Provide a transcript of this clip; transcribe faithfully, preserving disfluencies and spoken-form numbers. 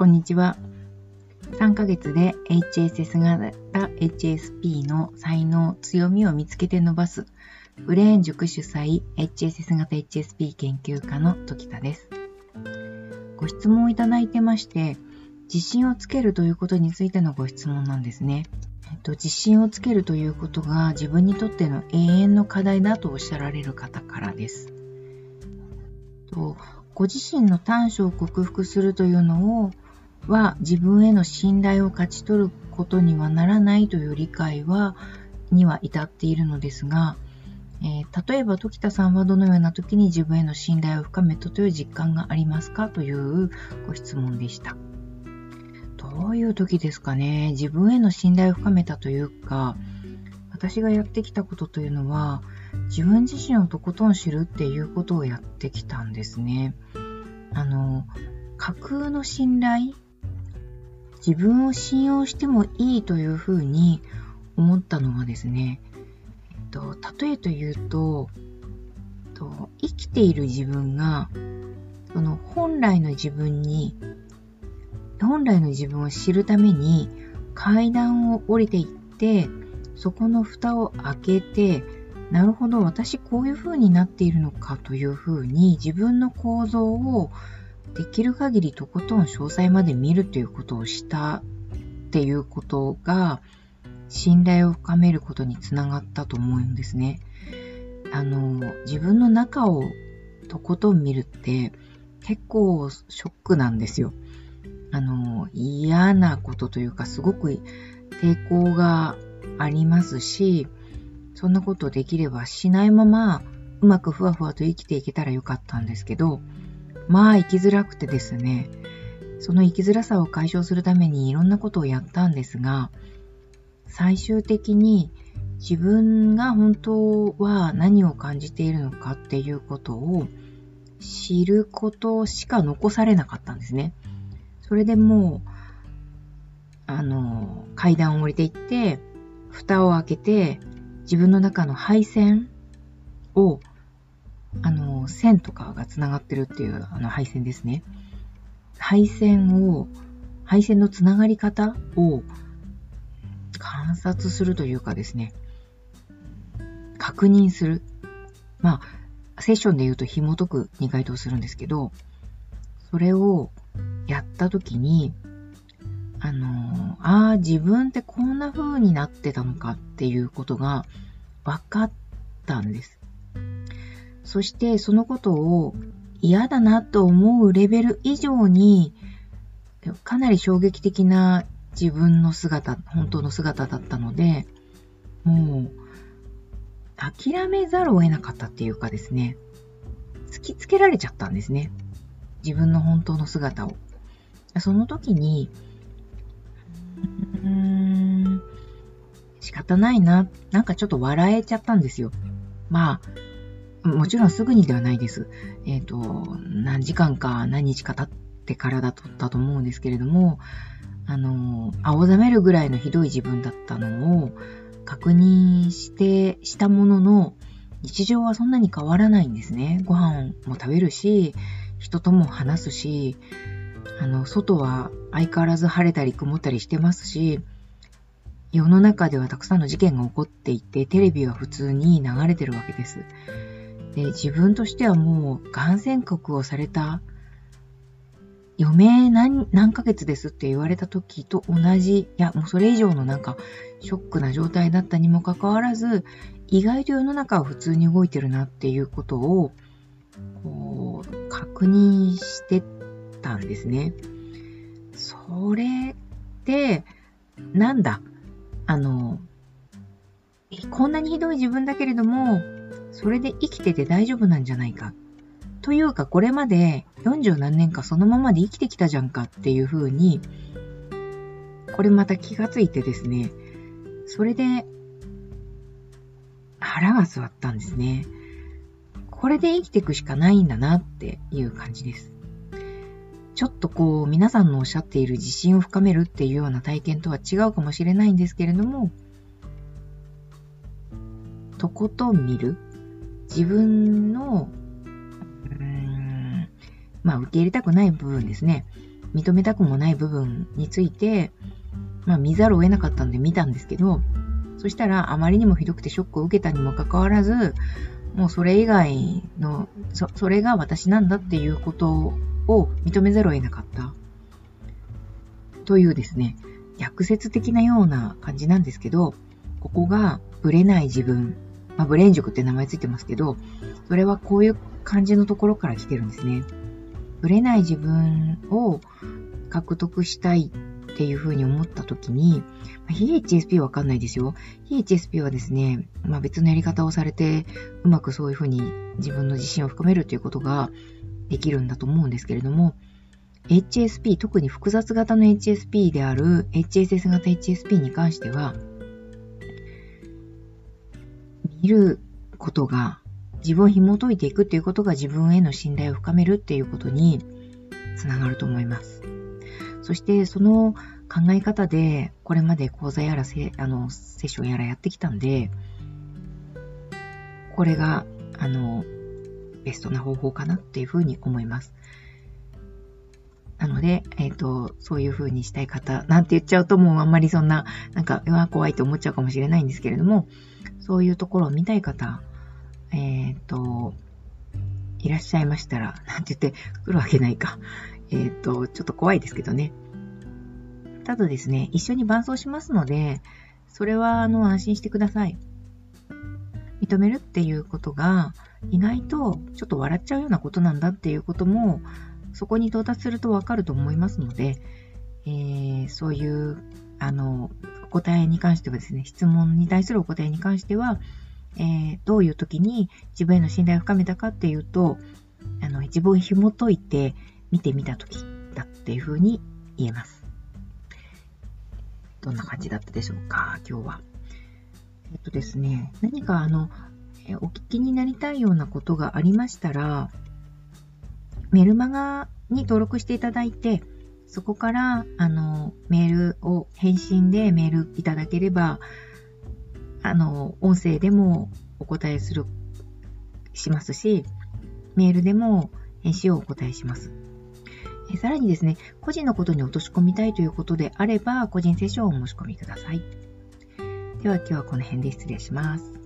こんにちは。さんかげつで エイチエスエス 型 エイチエスピー の才能、強みを見つけて伸ばすブレーン塾主催 エイチエスエス 型 エイチエスピー 研究家の時田です。ご質問をいただいてまして、自信をつけるということについてのご質問なんですね。えっと、自信をつけるということが自分にとっての永遠の課題だとおっしゃられる方からです。とご自身の短所を克服するというのをは自分への信頼を勝ち取ることにはならないという理解はには至っているのですが、えー、例えば時田さんはどのような時に自分への信頼を深めたという実感がありますかというご質問でした。どういう時ですかね。自分への信頼を深めたというか、私がやってきたことというのは自分自身をとことん知るっていうことをやってきたんですね。あの架空の信頼、自分を信用してもいいというふうに思ったのはですね、えっと、例えというと、と生きている自分がその本来の自分に本来の自分を知るために階段を降りていって、そこの蓋を開けて、なるほど、私こういう風になっているのかという風に自分の構造をできる限りとことん詳細まで見るということをしたっていうことが信頼を深めることにつながったと思うんですね。あの自分の中をとことん見るって結構ショックなんですよ。あの嫌なことというかすごく抵抗がありますし、そんなことできればしないままうまくふわふわと生きていけたらよかったんですけど、まあ生きづらくてですね、その生きづらさを解消するためにいろんなことをやったんですが、最終的に自分が本当は何を感じているのかっていうことを知ることしか残されなかったんですね。それでもうあの階段を降りていって蓋を開けて、自分の中の配線をあの線とかがつながってるっていうあの配線ですね。配線を配線のつながり方を観察するというかですね、確認する。まあセッションで言うと紐解くに該当するんですけど、それをやったときにあのああ自分ってこんな風になってたのかっていうことが分かったんです。そしてそのことを嫌だなと思うレベル以上にかなり衝撃的な自分の姿、本当の姿だったので、もう諦めざるを得なかったっていうかですね、突きつけられちゃったんですね。自分の本当の姿を。その時にうーん仕方ないな、なんかちょっと笑えちゃったんですよ。まあもちろんすぐにではないです。えっと、何時間か何日か経ってからだったと思うんですけれども、あの、青ざめるぐらいのひどい自分だったのを確認して、したものの、日常はそんなに変わらないんですね。ご飯も食べるし、人とも話すし、あの、外は相変わらず晴れたり曇ったりしてますし、世の中ではたくさんの事件が起こっていて、テレビは普通に流れてるわけです。で、自分としてはもう、がん宣告をされた、余命何、何ヶ月ですって言われた時と同じ、いや、もうそれ以上のなんか、ショックな状態だったにもかかわらず、意外と世の中は普通に動いてるなっていうことを、こう、確認してたんですね。それって、なんだ、あの、こんなにひどい自分だけれども、それで生きてて大丈夫なんじゃないか。というか、これまでよんじゅうなんねんかそのままで生きてきたじゃんかっていう風に、これまた気がついてですね、それで腹が据わったんですね。これで生きていくしかないんだなっていう感じです。ちょっとこう、皆さんのおっしゃっている自信を深めるっていうような体験とは違うかもしれないんですけれども、とことん見る。自分の、うーん、まあ受け入れたくない部分ですね。 認めたくもない部分について、まあ見ざるを得なかったんで見たんですけど、そしたらあまりにもひどくてショックを受けたにもかかわらず、もうそれ以外の、そ、それが私なんだっていうことを認めざるを得なかった。というですね、逆説的なような感じなんですけど、ここがブレない自分、まあ、ブレン塾って名前ついてますけど、それはこういう感じのところから来てるんですね。ブレない自分を獲得したいっていうふうに思ったときに、非 エイチエスピー はわかんないですよ。非 エイチエスピー はですね、まあ別のやり方をされて、うまくそういうふうに自分の自信を深めるということができるんだと思うんですけれども、エイチエスピー、特に複雑型の エイチエスピー である エイチエスエス 型 エイチエスピー に関しては、見ることが、自分を紐解いていくっていうことが自分への信頼を深めるっていうことにつながると思います。そしてその考え方でこれまで講座やらせあのセッションやらやってきたんで、これがあのベストな方法かなっていうふうに思います。なので、えっと、そういう風にしたい方、なんて言っちゃうともうあんまりそんな、なんか、うわ、怖いと思っちゃうかもしれないんですけれども、そういうところを見たい方、えっと、いらっしゃいましたら、なんて言って来るわけないか。えっと、ちょっと怖いですけどね。ただですね、一緒に伴走しますので、それは、あの、安心してください。認めるっていうことが、意外とちょっと笑っちゃうようなことなんだっていうことも、そこに到達するとわかると思いますので、えー、そういう、あの、お答えに関してはですね、質問に対するお答えに関しては、えー、どういう時に自分への信頼を深めたかっていうと、あの、自分を紐解いて見てみた時だっていうふうに言えます。どんな感じだったでしょうか、今日は。えっとですね、何かあの、お聞きになりたいようなことがありましたら、メルマガに登録していただいて、そこからあのメールを返信でメールいただければ、あの音声でもお答えするしますし、メールでも返信をお答えします。えさらにですね、個人のことに落とし込みたいということであれば、個人セッションをお申し込みください。では今日はこの辺で失礼します。